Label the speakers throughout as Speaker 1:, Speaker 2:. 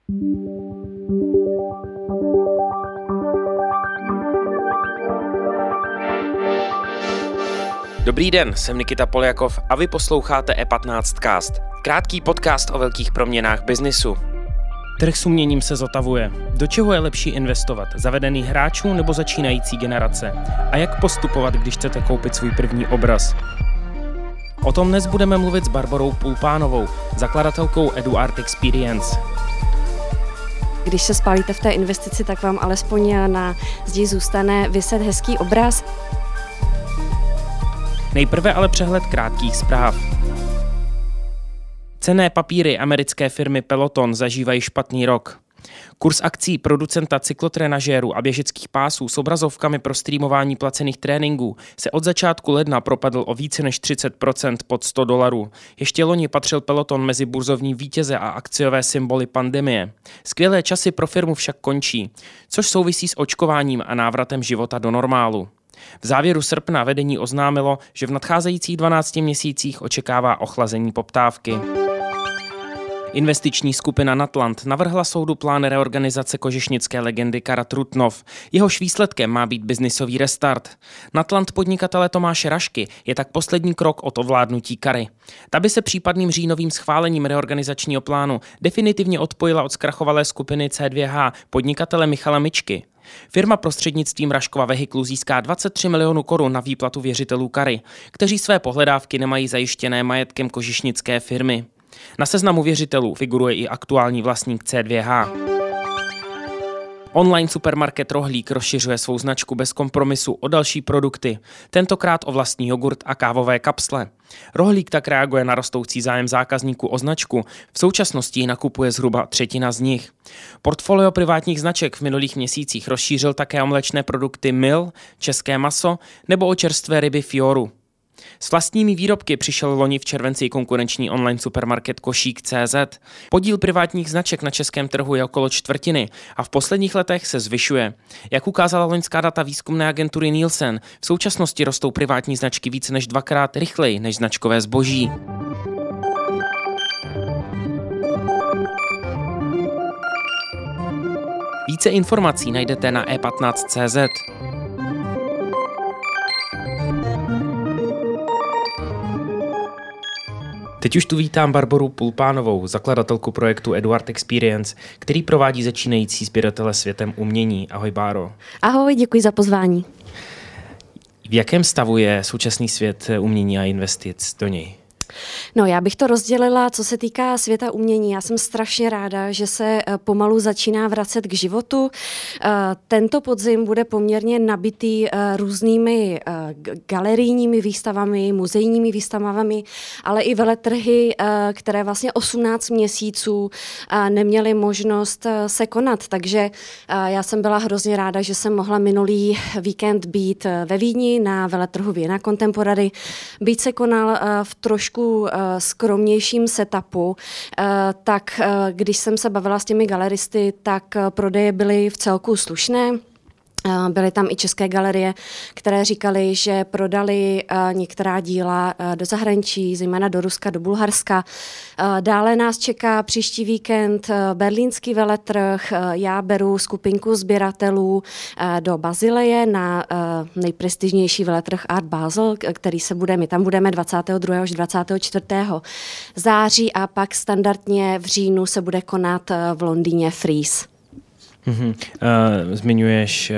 Speaker 1: Dobrý den, jsem Nikita Poljakov a vy posloucháte E15cast, krátký podcast o velkých proměnách biznisu. Trh s uměním se zotavuje. Do čeho je lepší investovat? Zavedených hráčů nebo začínající generace? A jak postupovat, když chcete koupit svůj první obraz? O tom dnes budeme mluvit s Barborou Pulpánovou, zakladatelkou EduArt Experience.
Speaker 2: Když se spálíte v té investici, tak vám alespoň na zdi zůstane viset hezký obraz.
Speaker 1: Nejprve ale přehled krátkých zpráv. Cenné papíry americké firmy Peloton zažívají špatný rok. Kurz akcí producenta cyklotrenažérů a běžeckých pásů s obrazovkami pro streamování placených tréninků se od začátku ledna propadl o více než 30% pod $100. Ještě loni patřil Peloton mezi burzovní vítěze a akciové symboly pandemie. Skvělé časy pro firmu však končí, což souvisí s očkováním a návratem života do normálu. V závěru srpna vedení oznámilo, že v nadcházejících 12 měsících očekává ochlazení poptávky. Investiční skupina Natland navrhla soudu plán reorganizace kožešnické legendy Kara Trutnov. Jehož výsledkem má být biznisový restart. Natland podnikatele Tomáše Rašky je tak poslední krok od ovládnutí Kary. Ta by se případným říjnovým schválením reorganizačního plánu definitivně odpojila od zkrachovalé skupiny C2H podnikatele Michala Mičky. Firma prostřednictvím Raškova vehiklu získá 23 milionů korun na výplatu věřitelů Kary, kteří své pohledávky nemají zajištěné majetkem kožešnické firmy. Na seznamu věřitelů figuruje i aktuální vlastník C2H. Online supermarket Rohlík rozšiřuje svou značku bez kompromisu o další produkty, tentokrát o vlastní jogurt a kávové kapsle. Rohlík tak reaguje na rostoucí zájem zákazníků o značku, v současnosti ji nakupuje zhruba třetina z nich. Portfolio privátních značek v minulých měsících rozšířil také o mléčné produkty Mil, české maso nebo o čerstvé ryby Fioru. S vlastními výrobky přišel loni v červenci konkurenční online supermarket Košík.cz. Podíl privátních značek na českém trhu je okolo čtvrtiny a v posledních letech se zvyšuje. Jak ukázala loňská data výzkumné agentury Nielsen, v současnosti rostou privátní značky více než 2krát rychleji než značkové zboží. Více informací najdete na e15.cz. Teď už tu vítám Barboru Pulpánovou, zakladatelku projektu EduArt Experience, který provádí začínající sběratele světem umění. Ahoj, Báro.
Speaker 2: Ahoj, děkuji za pozvání.
Speaker 1: V jakém stavu je současný svět umění a investic do něj?
Speaker 2: No, já bych to rozdělila, co se týká světa umění. Já jsem strašně ráda, že se pomalu začíná vracet k životu. Tento podzim bude poměrně nabitý různými galerijními výstavami, muzejními výstavami, ale i veletrhy, které vlastně 18 měsíců neměly možnost se konat. Takže já jsem byla hrozně ráda, že jsem mohla minulý víkend být ve Vídni na veletrhu Vienna Contemporary. Byť se konal v trošku skromnějším setupu, tak když jsem se bavila s těmi galeristy, tak prodeje byly v celku slušné. Byly tam i české galerie, které říkali, že prodali některá díla do zahraničí, zejména do Ruska, do Bulharska. Dále nás čeká příští víkend berlínský veletrh. Já beru skupinku sběratelů do Bazileje na nejprestižnější veletrh Art Basel, my tam budeme 22. až 24. září a pak standardně v říjnu se bude konat v Londýně Frieze.
Speaker 1: Zmiňuješ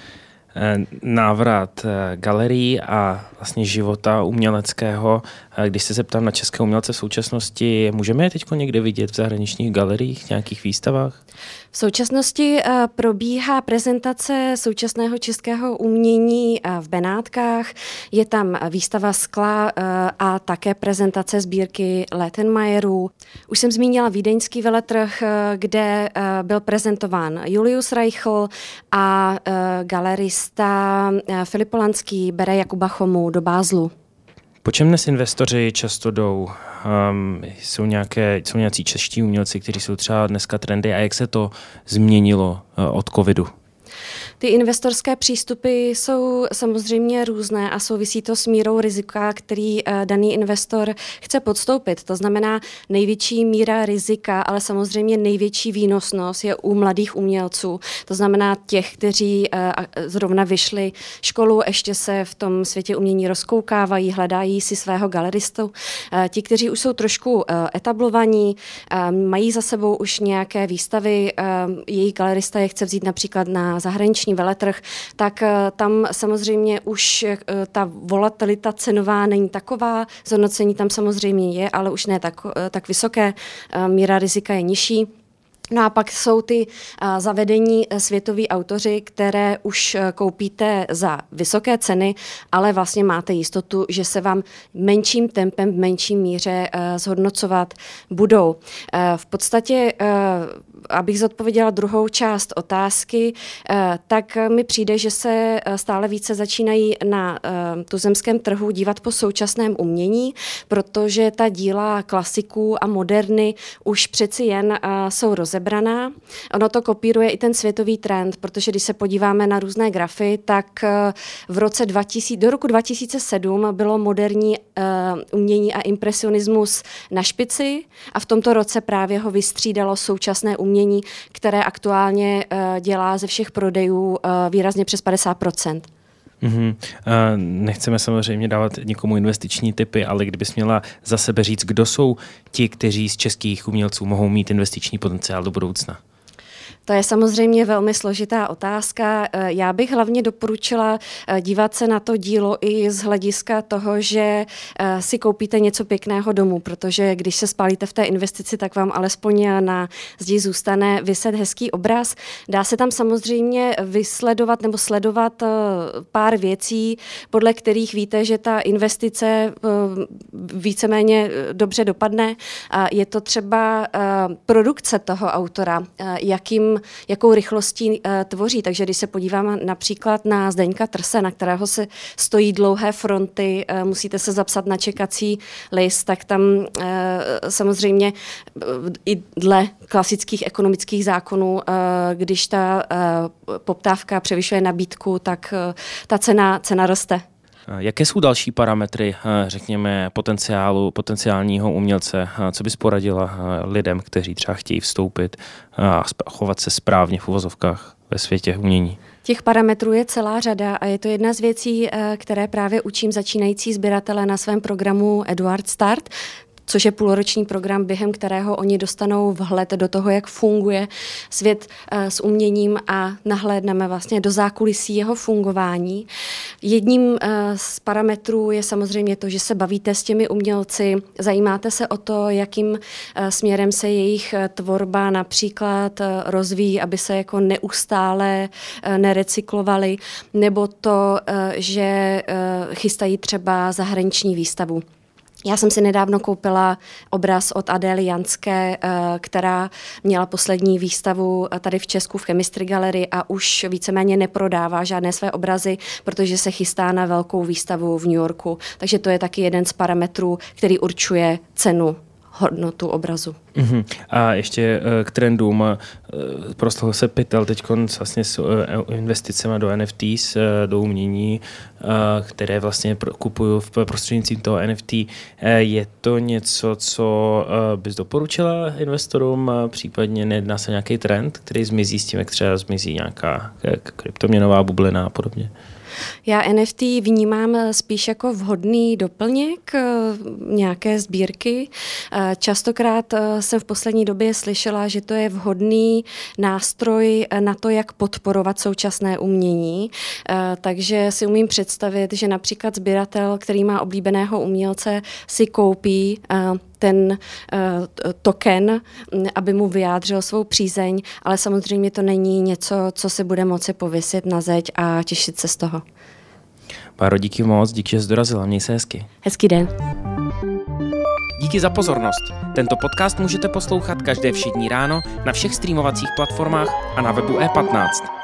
Speaker 1: návrat galerií a vlastně života uměleckého. Když se zeptám na české umělce v současnosti, můžeme je teď někde vidět v zahraničních galeriích, v nějakých výstavách?
Speaker 2: V současnosti probíhá prezentace současného českého umění v Benátkách. Je tam výstava skla a také prezentace sbírky Lettenmayerů. Už jsem zmínila vídeňský veletrh, kde byl prezentován Julius Reichel a galerista Filip Polanský bere Jakuba Chomu do Bázlu.
Speaker 1: Po čem dnes investoři často jdou? Jsou nějací čeští umělci, kteří jsou třeba dneska trendy a jak se to změnilo od covidu?
Speaker 2: Ty investorské přístupy jsou samozřejmě různé a souvisí to s mírou rizika, který daný investor chce podstoupit. To znamená, největší míra rizika, ale samozřejmě největší výnosnost je u mladých umělců. To znamená těch, kteří zrovna vyšli školu, ještě se v tom světě umění rozkoukávají, hledají si svého galeristu. Ti, kteří už jsou trošku etablovaní, mají za sebou už nějaké výstavy, jejich galerista je chce vzít například na zahraniční veletrh, tak tam samozřejmě už ta volatilita cenová není taková, zhodnocení tam samozřejmě je, ale už ne tak vysoké, míra rizika je nižší. No a pak jsou ty zavedení světoví autoři, které už koupíte za vysoké ceny, ale vlastně máte jistotu, že se vám menším tempem, v menší míře zhodnocovat budou. V podstatě, abych zodpověděla druhou část otázky, tak mi přijde, že se stále více začínají na tuzemském trhu dívat po současném umění, protože ta díla klasiků a moderny už přeci jen jsou rozebraná. Ono to kopíruje i ten světový trend, protože když se podíváme na různé grafy, tak do roku 2007 bylo moderní umění a impresionismus na špici a v tomto roce právě ho vystřídalo současné umění, které aktuálně dělá ze všech prodejů výrazně přes 50%.
Speaker 1: Nechceme samozřejmě dávat nikomu investiční tipy, ale kdybys měla za sebe říct, kdo jsou ti, kteří z českých umělců mohou mít investiční potenciál do budoucna?
Speaker 2: To je samozřejmě velmi složitá otázka. Já bych hlavně doporučila dívat se na to dílo i z hlediska toho, že si koupíte něco pěkného domů, protože když se spálíte v té investici, tak vám alespoň na zdi zůstane viset hezký obraz. Dá se tam samozřejmě vysledovat nebo sledovat pár věcí, podle kterých víte, že ta investice víceméně dobře dopadne. Je to třeba produkce toho autora, jakou rychlostí tvoří. Takže když se podíváme například na Zdeňka Trse, na kterého se stojí dlouhé fronty, musíte se zapsat na čekací list, tak tam samozřejmě i dle klasických ekonomických zákonů, když ta poptávka převyšuje nabídku, tak ta cena roste.
Speaker 1: Jaké jsou další parametry, řekněme, potenciálního umělce? Co bys poradila lidem, kteří třeba chtějí vstoupit a chovat se správně v uvozovkách ve světě umění?
Speaker 2: Těch parametrů je celá řada a je to jedna z věcí, které právě učím začínající sběratele na svém programu Eduard Start, což je půlroční program, během kterého oni dostanou vhled do toho, jak funguje svět s uměním a nahlédneme vlastně do zákulisí jeho fungování. Jedním z parametrů je samozřejmě to, že se bavíte s těmi umělci, zajímáte se o to, jakým směrem se jejich tvorba například rozvíjí, aby se jako neustále nerecyklovali, nebo to, že chystají třeba zahraniční výstavu. Já jsem si nedávno koupila obraz od Adély Janské, která měla poslední výstavu tady v Česku v Chemistry Gallery a už víceméně neprodává žádné své obrazy, protože se chystá na velkou výstavu v New Yorku. Takže to je taky jeden z parametrů, který určuje cenu, hodnotu obrazu.
Speaker 1: A ještě k trendům. Prostě se pytal teď vlastně s investicemi do NFTs, do umění, které vlastně kupuju v prostřednictvím toho NFT. Je to něco, co bys doporučila investorům? Případně nejedná se nějaký trend, který zmizí s tím, jak třeba zmizí nějaká kryptoměnová bublina a podobně?
Speaker 2: Já NFT vnímám spíš jako vhodný doplněk nějaké sbírky. Častokrát jsem v poslední době slyšela, že to je vhodný nástroj na to, jak podporovat současné umění. Takže si umím představit, že například sběratel, který má oblíbeného umělce, si koupí ten token, aby mu vyjádřil svou přízeň, ale samozřejmě to není něco, co se bude moci pověsit na zeď a těšit se z toho.
Speaker 1: Báro, díky moc, díky, že jsi dorazila, měj se hezky.
Speaker 2: Hezký den.
Speaker 1: Díky za pozornost. Tento podcast můžete poslouchat každé všední ráno na všech streamovacích platformách a na webu E15.